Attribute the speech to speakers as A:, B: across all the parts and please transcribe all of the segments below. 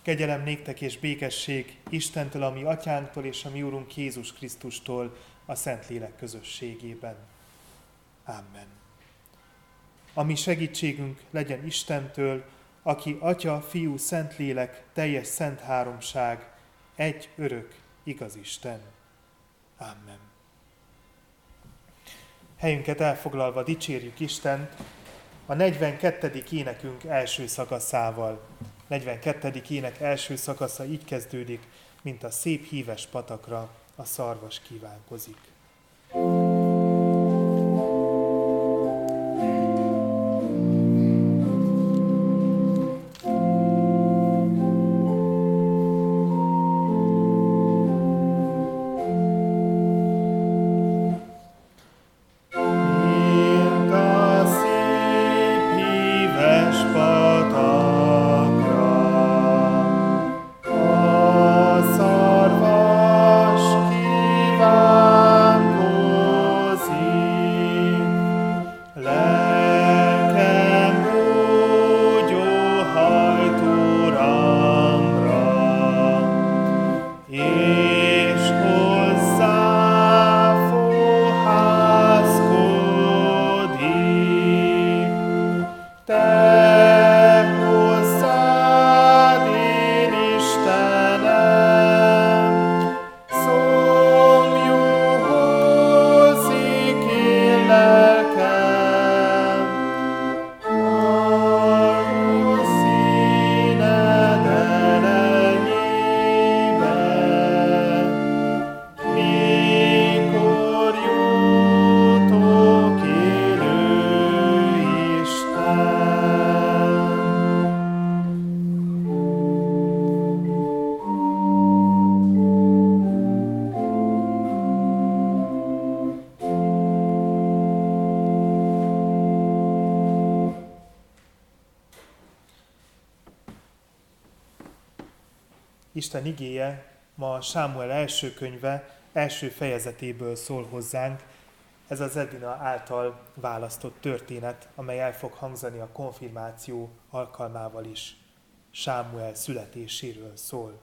A: Kegyelem néktek és békesség Istentől, a mi atyánktól és a mi Urunk Jézus Krisztustól a Szentlélek közösségében. Amen. A mi segítségünk legyen Istentől, aki Atya, Fiú, Szentlélek, teljes szent háromság, egy örök, igaz Isten. Amen. Helyünket elfoglalva dicsérjük Istent a 42. énekünk első szakaszával. 42. ének első szakasza így kezdődik, mint a szép híves patakra a szarvas kívánkozik. Isten igéje ma Sámuel első könyve első fejezetéből szól hozzánk. Ez az Edina által választott történet, amely el fog hangzani a konfirmáció alkalmával is. Sámuel születéséről szól.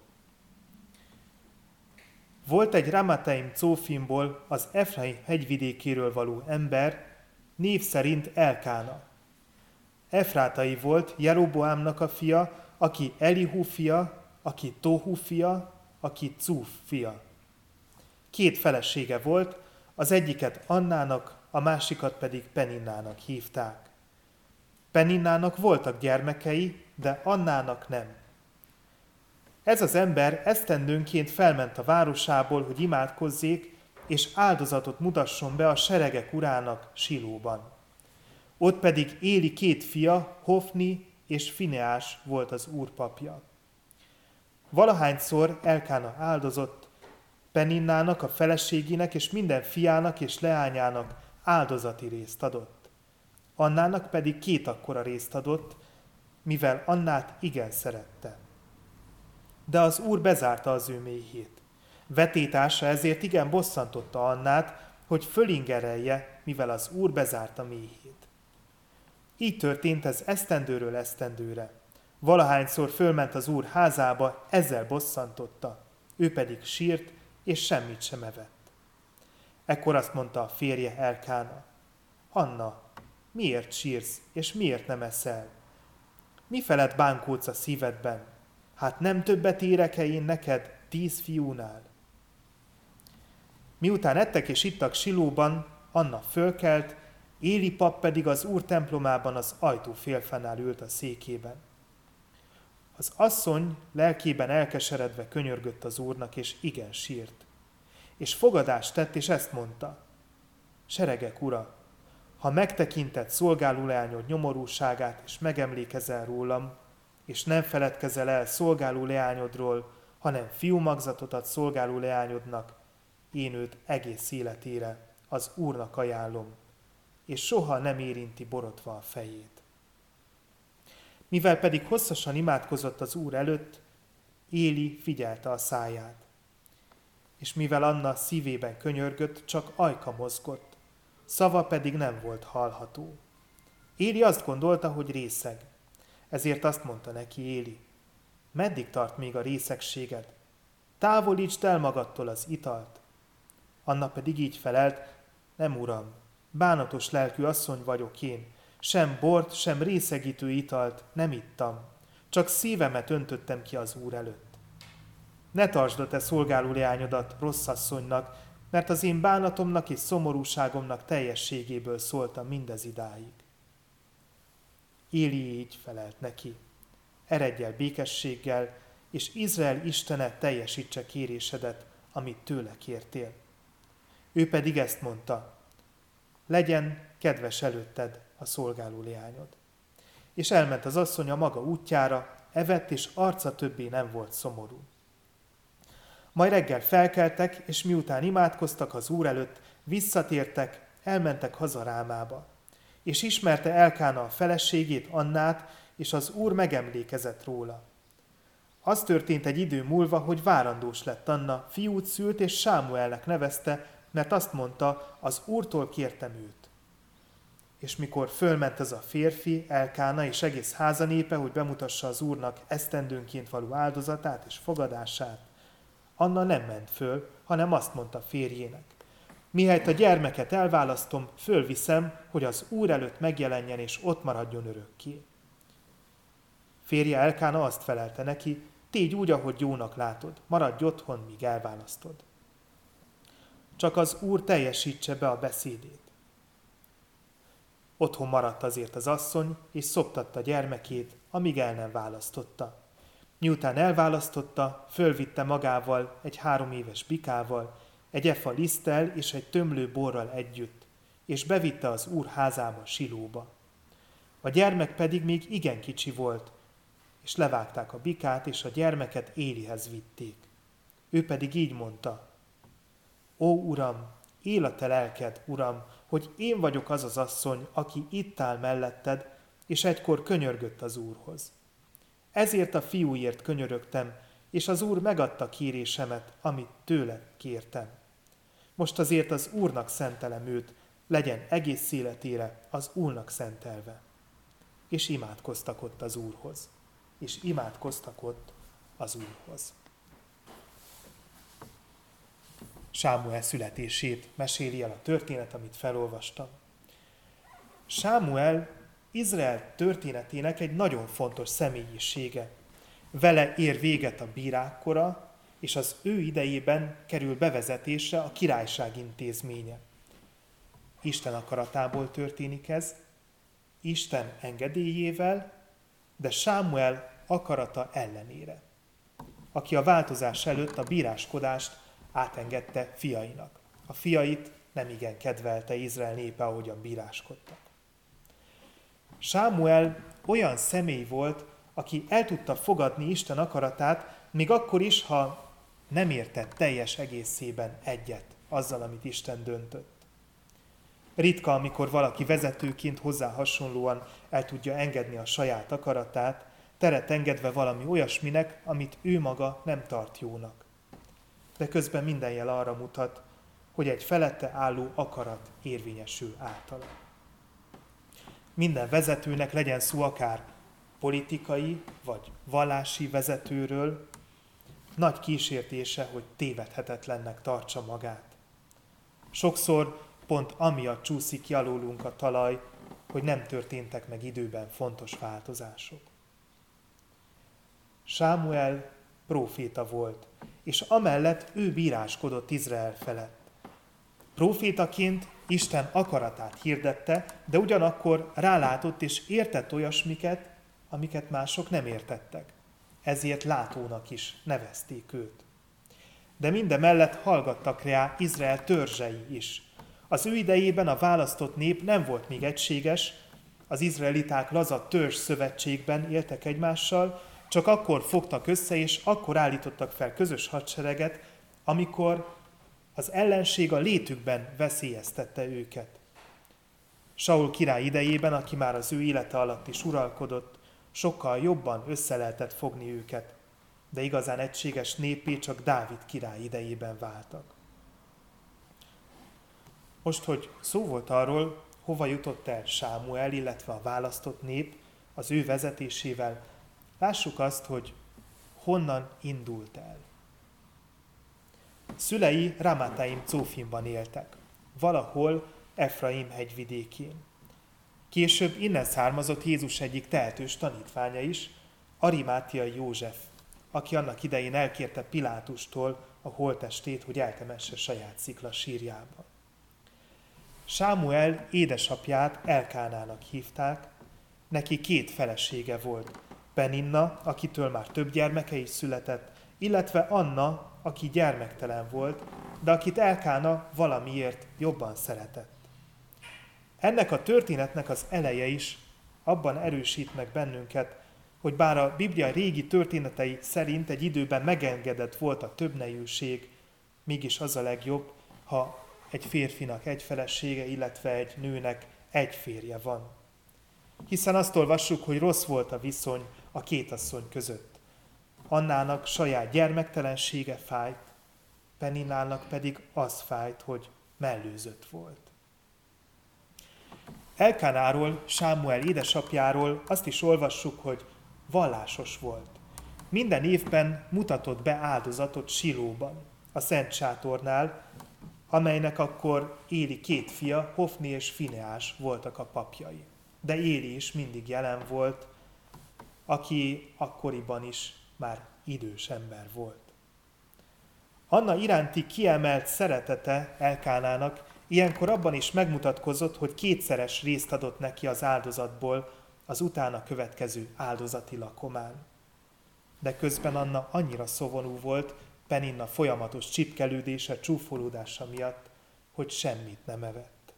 A: Volt egy Ramateim Cófimból, az Efraim hegyvidékéről való ember, név szerint Elkána. Efrátai volt, Jeroboámnak a fia, aki Elihu fia, aki Tóhu fia, aki Cúf fia. 2 felesége volt, az egyiket Annának, a másikat pedig Peninnának hívták. Peninnának voltak gyermekei, de Annának nem. Ez az ember esztendőnként felment a városából, hogy imádkozzék, és áldozatot mutasson be a seregek urának Silóban. Ott pedig Éli 2 fia, Hofni és Fineás volt az úr papja. Valahányszor Elkána áldozott, Peninnának, a feleségének és minden fiának és leányának áldozati részt adott. Annának pedig 2 akkora részt adott, mivel Annát igen szerette. De az úr bezárta az ő méhét. Vetétása ezért igen bosszantotta Annát, hogy fölingerelje, mivel az úr bezárta méhét. Így történt ez esztendőről esztendőre. Valahányszor fölment az úr házába, ezzel bosszantotta, ő pedig sírt, és semmit sem evett. Ekkor azt mondta a férje Elkána: Anna, miért sírsz, és miért nem eszel? Mi felett bánkódsz a szívedben? Hát nem többet érek-e én neked 10 fiúnál? Miután ettek és ittak Silóban, Anna fölkelt, Éli pap pedig az úr templomában az ajtó félfánál ült a székében. Az asszony lelkében elkeseredve könyörgött az úrnak, és igen sírt. És fogadást tett, és ezt mondta: Seregek ura, ha megtekinted szolgáló leányod nyomorúságát, és megemlékezel rólam, és nem feledkezel el szolgáló leányodról, hanem fiúmagzatot ad szolgáló leányodnak, én őt egész életére az Úrnak ajánlom, és soha nem érinti borotva a fejét. Mivel pedig hosszasan imádkozott az Úr előtt, Éli figyelte a száját. És mivel Anna szívében könyörgött, csak ajka mozgott, szava pedig nem volt hallható. Éli azt gondolta, hogy részeg. Ezért azt mondta neki Éli: meddig tart még a részegséged? Távolítsd el magadtól az italt. Anna pedig így felelt, nem uram, bánatos lelkű asszony vagyok én, sem bort, sem részegítő italt nem ittam, csak szívemet öntöttem ki az Úr előtt. Ne tartsd a te szolgáló leányodat rossz asszonynak, mert az én bánatomnak és szomorúságomnak teljességéből szóltam mindez idáig. Éli így felelt neki, eredj el békességgel, és Izrael Istene teljesítse kérésedet, amit tőle kértél. Ő pedig ezt mondta, legyen kedves előtted a szolgáló leányod. És elment az asszony a maga útjára, evett, és arca többé nem volt szomorú. Majd reggel felkeltek, és miután imádkoztak az Úr előtt, visszatértek, elmentek haza Rámába. És ismerte Elkána a feleségét, Annát, és az Úr megemlékezett róla. Az történt egy idő múlva, hogy várandós lett Anna, fiút szült, és Sámuelnek nevezte, mert azt mondta, az Úrtól kértem őt. És mikor fölment ez a férfi, Elkána és egész háza népe, hogy bemutassa az Úrnak esztendőnként való áldozatát és fogadását, Anna nem ment föl, hanem azt mondta férjének, mihelyt a gyermeket elválasztom, fölviszem, hogy az Úr előtt megjelenjen és ott maradjon örökké. Férje Elkána azt felelte neki, tégy úgy, ahogy jónak látod, maradj otthon, míg elválasztod. Csak az Úr teljesítse be a beszédét. Otthon maradt azért az asszony, és szoptatta gyermekét, amíg el nem választotta. Miután elválasztotta, fölvitte magával egy 3 éves bikával, egy efa liszttel és egy tömlő borral együtt, és bevitte az Úr házába, Silóba. A gyermek pedig még igen kicsi volt, és levágták a bikát, és a gyermeket Élihez vitték. Ő pedig így mondta, ó, Uram, él a te lelked, Uram, hogy én vagyok az az asszony, aki itt áll melletted, és egykor könyörgött az Úrhoz. Ezért a fiúért könyörögtem, és az Úr megadta kérésemet, amit tőle kértem. Most azért az Úrnak szentelem őt, legyen egész életére az Úrnak szentelve. És imádkoztak ott az Úrhoz. Sámuel születését meséli el a történet, amit felolvastam. Sámuel Izrael történetének egy nagyon fontos személyisége. Vele ér véget a bírák kora, és az ő idejében kerül bevezetésre a királyság intézménye. Isten akaratából történik ez, Isten engedélyével, de Sámuel akarata ellenére, aki a változás előtt a bíráskodást átengedte fiainak. A fiait nem igen kedvelte Izrael népe, ahogyan bíráskodtak. Sámuel olyan személy volt, aki el tudta fogadni Isten akaratát, még akkor is, ha nem értett teljes egészében egyet azzal, amit Isten döntött. Ritka, amikor valaki vezetőként hozzá hasonlóan el tudja engedni a saját akaratát, teret engedve valami olyasminek, amit ő maga nem tart jónak. De közben minden jel arra mutat, hogy egy felette álló akarat érvényesül általa. Minden vezetőnek, legyen szó akár politikai vagy vallási vezetőről, nagy kísértése, hogy tévedhetetlennek tartsa magát. Sokszor pont amiatt csúszik ki alólunk a talaj, hogy nem történtek meg időben fontos változások. Sámuel próféta volt, és amellett ő bíráskodott Izrael felett. Prófétaként Isten akaratát hirdette, de ugyanakkor rálátott és értett olyasmiket, amiket mások nem értettek. Ezért látónak is nevezték őt. De mindemellett hallgattak rá Izrael törzsei is. Az ő idejében a választott nép nem volt még egységes, az izraeliták laza törzs szövetségben éltek egymással, csak akkor fogtak össze, és akkor állítottak fel közös hadsereget, amikor az ellenség a létükben veszélyeztette őket. Saul király idejében, aki már az ő élete alatt is uralkodott, sokkal jobban össze lehetett fogni őket, de igazán egységes néppé csak Dávid király idejében váltak. Most, hogy szó volt arról, hova jutott el Sámuel, illetve a választott nép az ő vezetésével, lássuk azt, hogy honnan indult el. Szülei Ramátaim Cófimban éltek, valahol Efraim hegyvidékén. Később innen származott Jézus egyik tehetős tanítványa is, Arimátiai József, aki annak idején elkérte Pilátustól a holttestét, hogy eltemesse saját szikla sírjába. Sámuel édesapját Elkánának hívták, neki 2 felesége volt, Peninna, akitől már több gyermeke is született, illetve Anna, aki gyermektelen volt, de akit Elkána valamiért jobban szeretett. Ennek a történetnek az eleje is abban erősít meg bennünket, hogy bár a Biblia régi történetei szerint egy időben megengedett volt a többnejűség, mégis az a legjobb, ha egy férfinak egy felesége, illetve egy nőnek egy férje van. Hiszen azt olvassuk, hogy rossz volt a viszony a 2 asszony között. Annának saját gyermektelensége fájt, Peninnának pedig az fájt, hogy mellőzött volt. Elkánáról, Sámuel édesapjáról azt is olvassuk, hogy vallásos volt. Minden évben mutatott be áldozatot Silóban, a Szent Sátornál, amelynek akkor Éli 2 fia, Hofni és Fineás voltak a papjai. De Éli is mindig jelen volt, aki akkoriban is már idős ember volt. Anna iránti kiemelt szeretete Elkánának ilyenkor abban is megmutatkozott, hogy 2-szeres részt adott neki az áldozatból az utána következő áldozati lakomán. De közben Anna annyira szomorú volt Peninna folyamatos csipkelődése, csúfolódása miatt, hogy semmit nem evett.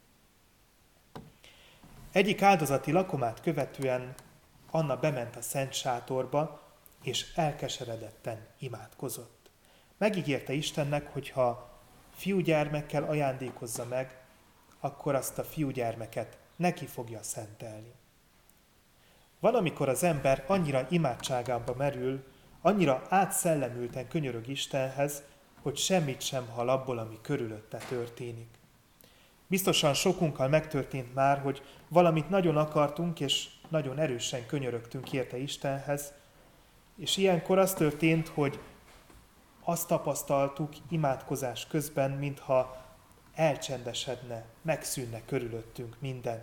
A: Egyik áldozati lakomát követően Anna bement a Szent Sátorba, és elkeseredetten imádkozott. Megígérte Istennek, hogy ha fiúgyermekkel ajándékozza meg, akkor azt a fiúgyermeket neki fogja szentelni. Van, amikor az ember annyira imádságába merül, annyira átszellemülten könyörög Istenhez, hogy semmit sem hall abból, ami körülötte történik. Biztosan sokunkkal megtörtént már, hogy valamit nagyon akartunk, és nagyon erősen könyörögtünk érte Istenhez, és ilyenkor az történt, hogy azt tapasztaltuk imádkozás közben, mintha elcsendesedne, megszűnne körülöttünk minden.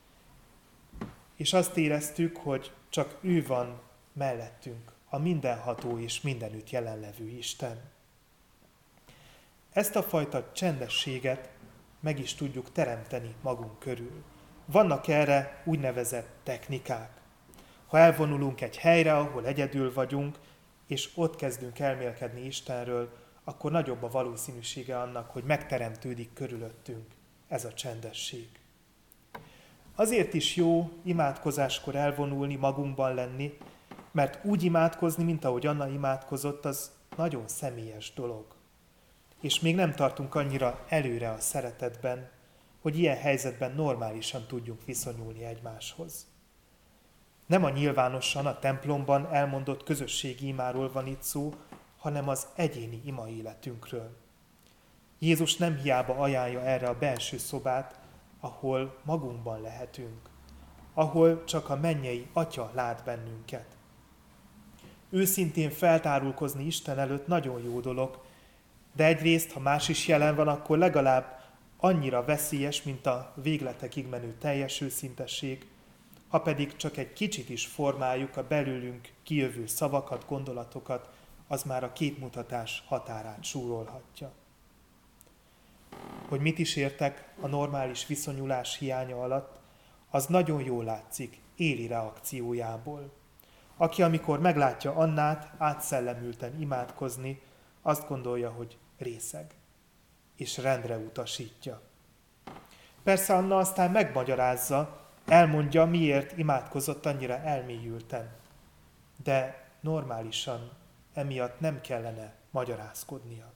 A: És azt éreztük, hogy csak ő van mellettünk, a mindenható és mindenütt jelenlevő Isten. Ezt a fajta csendességet meg is tudjuk teremteni magunk körül. Vannak erre úgynevezett technikák. Ha elvonulunk egy helyre, ahol egyedül vagyunk, és ott kezdünk elmélkedni Istenről, akkor nagyobb a valószínűsége annak, hogy megteremtődik körülöttünk ez a csendesség. Azért is jó imádkozáskor elvonulni, magunkban lenni, mert úgy imádkozni, mint ahogy Anna imádkozott, az nagyon személyes dolog. És még nem tartunk annyira előre a szeretetben, hogy ilyen helyzetben normálisan tudjunk viszonyulni egymáshoz. Nem a nyilvánosan a templomban elmondott közösségi imáról van itt szó, hanem az egyéni ima életünkről. Jézus nem hiába ajánlja erre a belső szobát, ahol magunkban lehetünk, ahol csak a mennyei Atya lát bennünket. Őszintén feltárulkozni Isten előtt nagyon jó dolog, de egyrészt, ha más is jelen van, akkor legalább annyira veszélyes, mint a végletekig menő teljes őszintesség, ha pedig csak egy kicsit is formáljuk a belőlünk kijövő szavakat, gondolatokat, az már a képmutatás határát súrolhatja. Hogy mit is értek a normális viszonyulás hiánya alatt, az nagyon jól látszik Éli reakciójából, aki amikor meglátja Annát átszellemülten imádkozni, azt gondolja, hogy részeg, és rendre utasítja. Persze Anna aztán megmagyarázza, elmondja, miért imádkozott annyira elmélyülten, de normálisan emiatt nem kellene magyarázkodnia.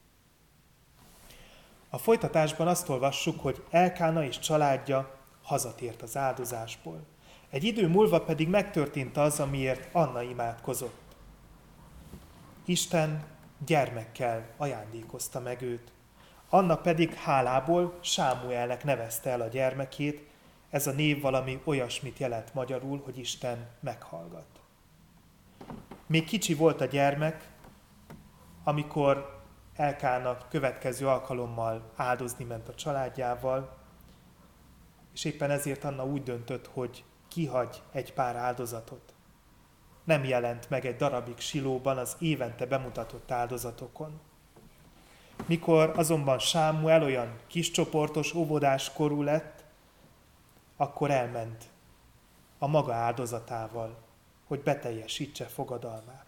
A: A folytatásban azt olvassuk, hogy Elkána és családja hazatért az áldozásból. Egy idő múlva pedig megtörtént az, amiért Anna imádkozott. Isten gyermekkel ajándékozta meg őt. Anna pedig hálából Sámuelnek nevezte el a gyermekét, ez a név valami olyasmit jelent magyarul, hogy Isten meghallgat. Még kicsi volt a gyermek, amikor Elkána következő alkalommal áldozni ment a családjával, és éppen ezért Anna úgy döntött, hogy kihagy egy pár áldozatot. Nem jelent meg egy darabig Silóban az évente bemutatott áldozatokon. Mikor azonban Sámuel olyan kiscsoportos, óvodás korú lett, akkor elment a maga áldozatával, hogy beteljesítse fogadalmát.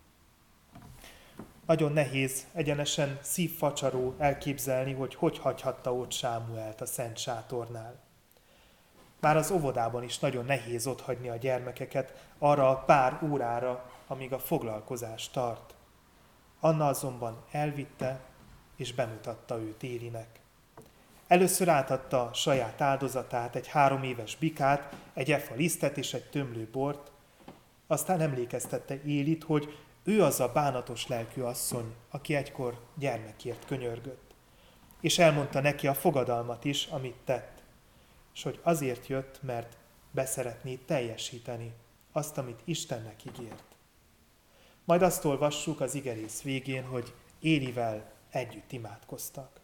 A: Nagyon nehéz, egyenesen szívfacsaró elképzelni, hogy hagyhatta ott Sámuelt a Szent Sátornál. Már az óvodában is nagyon nehéz otthagyni a gyermekeket arra a pár órára, amíg a foglalkozás tart. Anna azonban elvitte, és bemutatta őt Élinek. Először átadta saját áldozatát, egy 3 éves bikát, egy efa lisztet és egy tömlő bort, aztán emlékeztette Élit, hogy ő az a bánatos lelkű asszony, aki egykor gyermekért könyörgött. És elmondta neki a fogadalmat is, amit tett, és hogy azért jött, mert beszeretné teljesíteni azt, amit Istennek ígért. Majd azt olvassuk az igerész végén, hogy Élivel együtt imádkoztak.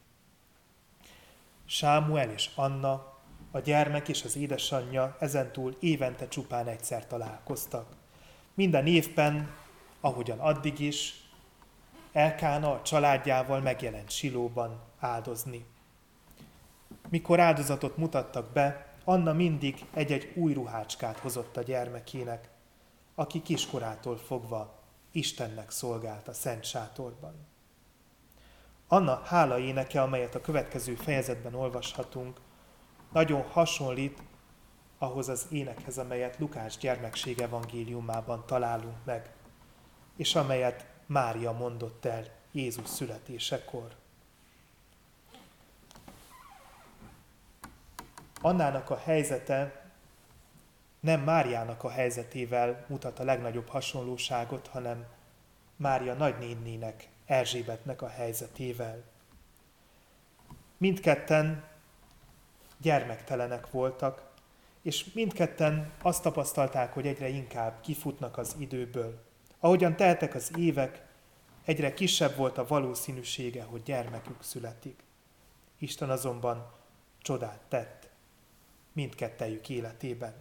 A: Sámuel és Anna, a gyermek és az édesanyja ezentúl évente csupán egyszer találkoztak. Minden évben, ahogyan addig is, Elkána a családjával megjelent Silóban áldozni. Mikor áldozatot mutattak be, Anna mindig egy-egy új ruhácskát hozott a gyermekének, aki kiskorától fogva Istennek szolgált a Szent Sátorban. Anna hála éneke, amelyet a következő fejezetben olvashatunk, nagyon hasonlít ahhoz az énekhez, amelyet Lukács gyermekség evangéliumában találunk meg, és amelyet Mária mondott el Jézus születésekor. Annának a helyzete nem Máriának a helyzetével mutat a legnagyobb hasonlóságot, hanem Mária nagynéninek, Erzsébetnek a helyzetével. Mindketten gyermektelenek voltak, és mindketten azt tapasztalták, hogy egyre inkább kifutnak az időből. Ahogyan teltek az évek, egyre kisebb volt a valószínűsége, hogy gyermekük születik. Isten azonban csodát tett mindkettejük életében.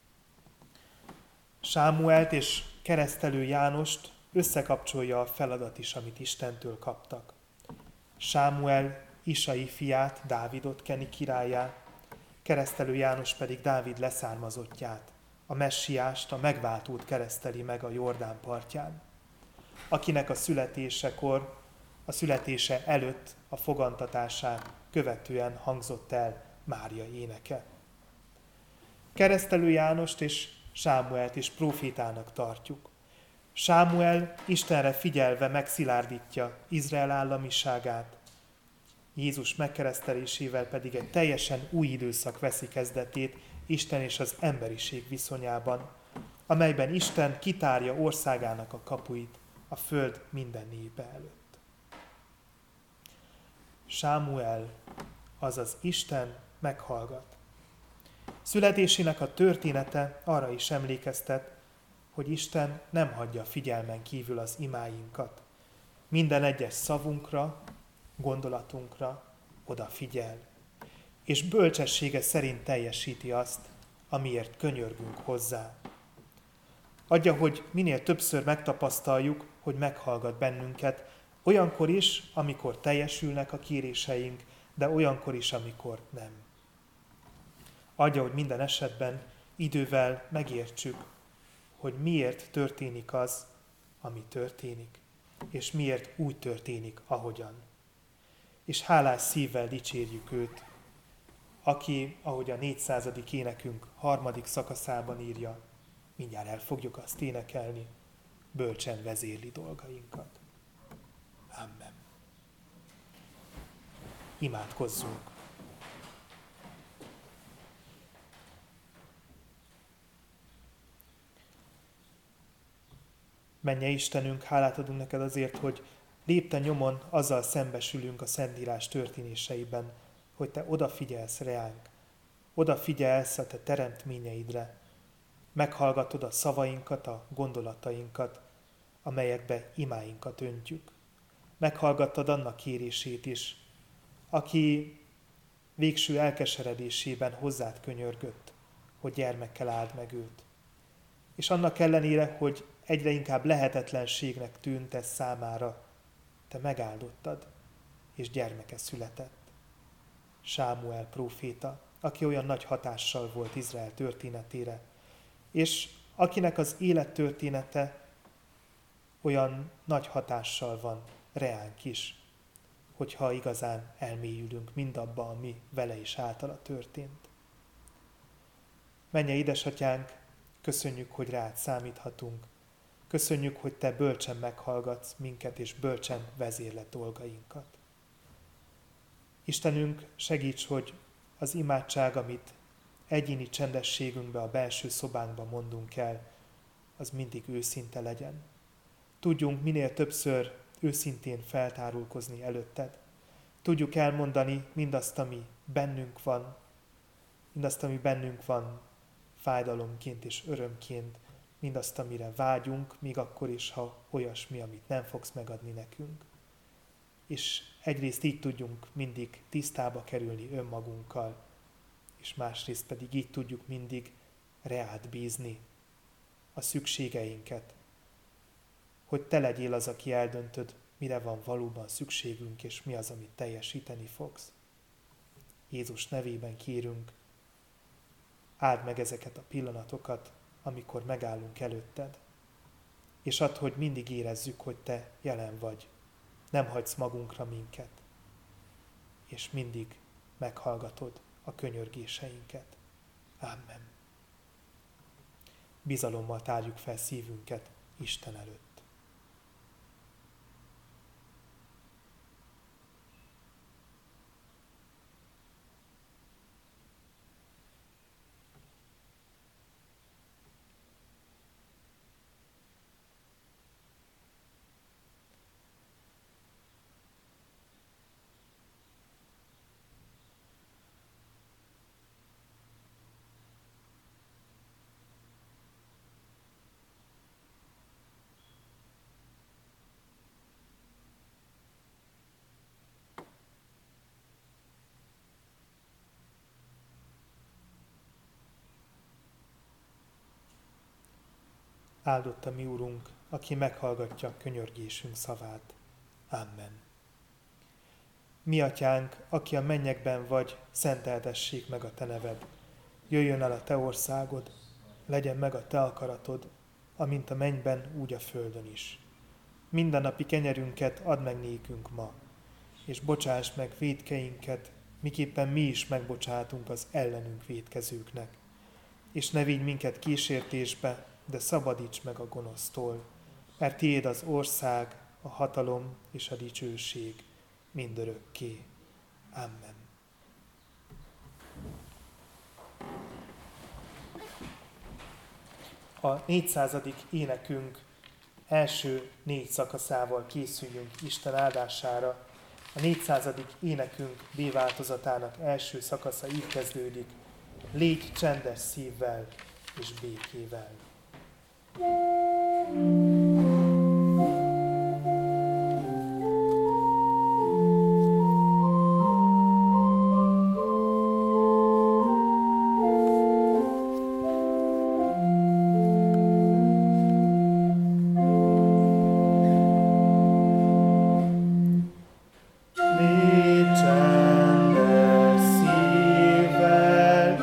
A: Sámuelt és keresztelő Jánost összekapcsolja a feladat is, amit Istentől kaptak. Sámuel Isai fiát, Dávidot keni királlyá, keresztelő János pedig Dávid leszármazottját, a messiást, a megváltót kereszteli meg a Jordán partján, akinek a születésekor, a születése előtt, a fogantatását követően hangzott el Mária éneke. Keresztelő Jánost és Sámuelt is prófétának tartjuk. Sámuel Istenre figyelve megszilárdítja Izrael államiságát, Jézus megkeresztelésével pedig egy teljesen új időszak veszi kezdetét Isten és az emberiség viszonyában, amelyben Isten kitárja országának a kapuit a föld minden népe előtt. Sámuel, azaz Isten meghallgat. Születésének a története arra is emlékeztet, hogy Isten nem hagyja figyelmen kívül az imáinkat. Minden egyes szavunkra, gondolatunkra odafigyel, és bölcsessége szerint teljesíti azt, amiért könyörgünk hozzá. Adja, hogy minél többször megtapasztaljuk, hogy meghallgat bennünket, olyankor is, amikor teljesülnek a kéréseink, de olyankor is, amikor nem. Adja, hogy minden esetben idővel megértsük, hogy miért történik az, ami történik, és miért úgy történik, ahogyan. És hálás szívvel dicsérjük őt, aki, ahogy a 400. énekünk 3. szakaszában írja, mindjárt el fogjuk azt énekelni, bölcsen vezérli dolgainkat. Amen. Imádkozzunk. Mennyei Istenünk, hálát adunk neked azért, hogy lépten nyomon azzal szembesülünk a Szentírás történéseiben, hogy te odafigyelsz reánk, odafigyelsz a te teremtményeidre, meghallgatod a szavainkat, a gondolatainkat, amelyekbe imáinkat öntjük. Meghallgattad annak kérését is, aki végső elkeseredésében hozzád könyörgött, hogy gyermekkel áld meg őt. És annak ellenére, hogy egyre inkább lehetetlenségnek tűnt ez számára, te megáldottad, és gyermeke született. Sámuel próféta, aki olyan nagy hatással volt Izrael történetére, és akinek az élettörténete olyan nagy hatással van reánk is, hogyha igazán elmélyülünk mindabba, ami vele is általa történt. Mennyei édesatyánk, köszönjük, hogy rád számíthatunk. Köszönjük, hogy te bölcsen meghallgatsz minket, és bölcsen vezérled dolgainkat. Istenünk, segíts, hogy az imádság, amit egyéni csendességünkbe, a belső szobánkban mondunk el, az mindig őszinte legyen. Tudjunk minél többször őszintén feltárulkozni előtted. Tudjuk elmondani mindazt, ami bennünk van, fájdalomként és örömként, mindazt, amire vágyunk, még akkor is, ha olyasmi, amit nem fogsz megadni nekünk. És egyrészt így tudjunk mindig tisztába kerülni önmagunkkal, és másrészt pedig így tudjuk mindig reád bízni a szükségeinket, hogy te legyél az, aki eldöntöd, mire van valóban szükségünk, és mi az, amit teljesíteni fogsz. Jézus nevében kérünk, áld meg ezeket a pillanatokat, amikor megállunk előtted, és add, hogy mindig érezzük, hogy te jelen vagy, nem hagysz magunkra minket, és mindig meghallgatod a könyörgéseinket. Amen. Bizalommal tárjuk fel szívünket Isten előtt. Áldott a mi Úrunk, aki meghallgatja a könyörgésünk szavát. Amen. Mi atyánk, aki a mennyekben vagy, szenteltessék meg a te neved. Jöjjön el a te országod, legyen meg a te akaratod, amint a mennyben, úgy a földön is. Mindennapi kenyerünket add meg nékünk ma, és bocsáss meg vétkeinket, miképpen mi is megbocsátunk az ellenünk vétkezőknek. És ne vigy minket kísértésbe, de szabadíts meg a gonosztól, mert tiéd az ország, a hatalom és a dicsőség mindörökké. Amen. A 400. énekünk első 4 szakaszával készüljünk Isten áldására. A 400. énekünk B változatának első szakasza így kezdődik: Légy csendes szívvel és békével.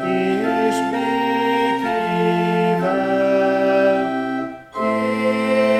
B: Yeah.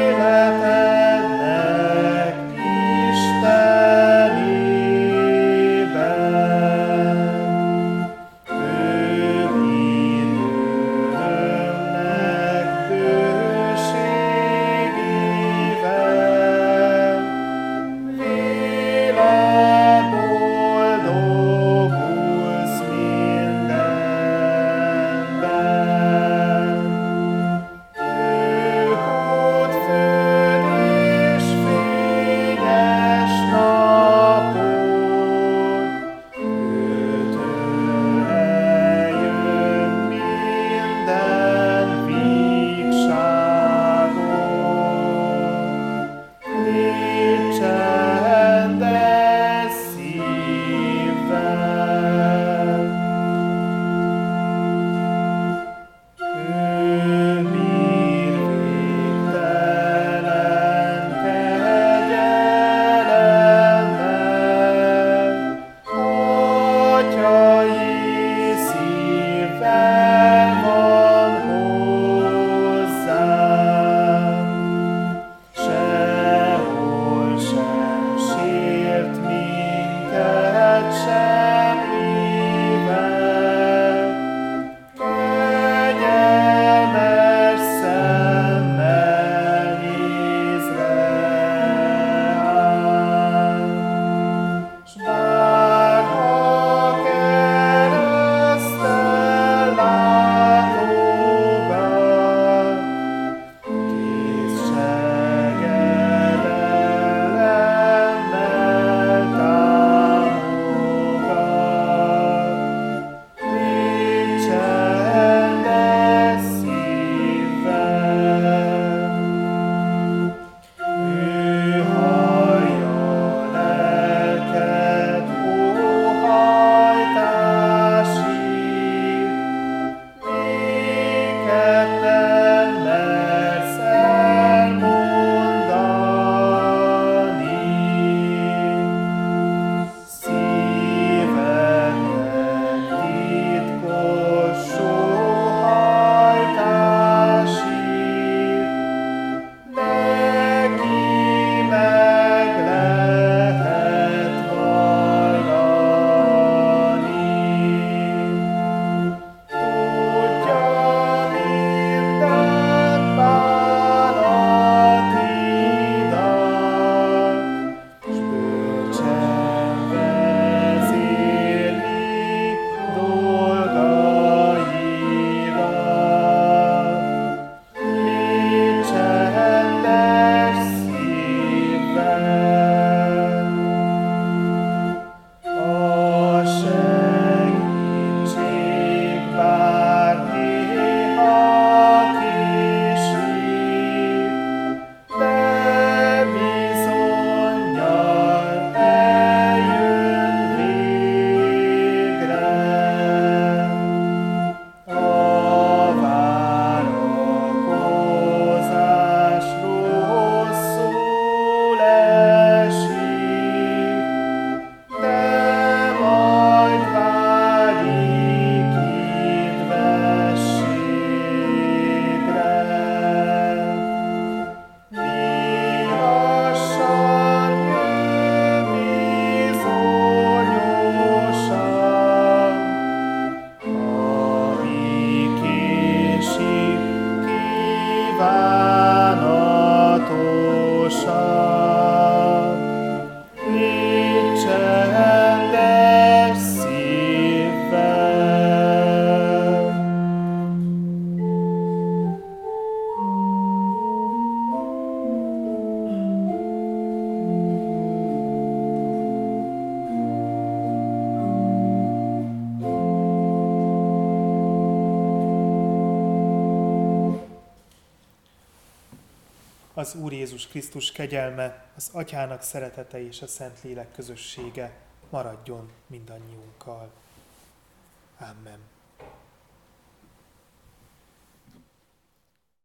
A: Az Úr Jézus Krisztus kegyelme, az Atyának szeretete és a Szentlélek közössége maradjon mindannyiunkkal. Amen.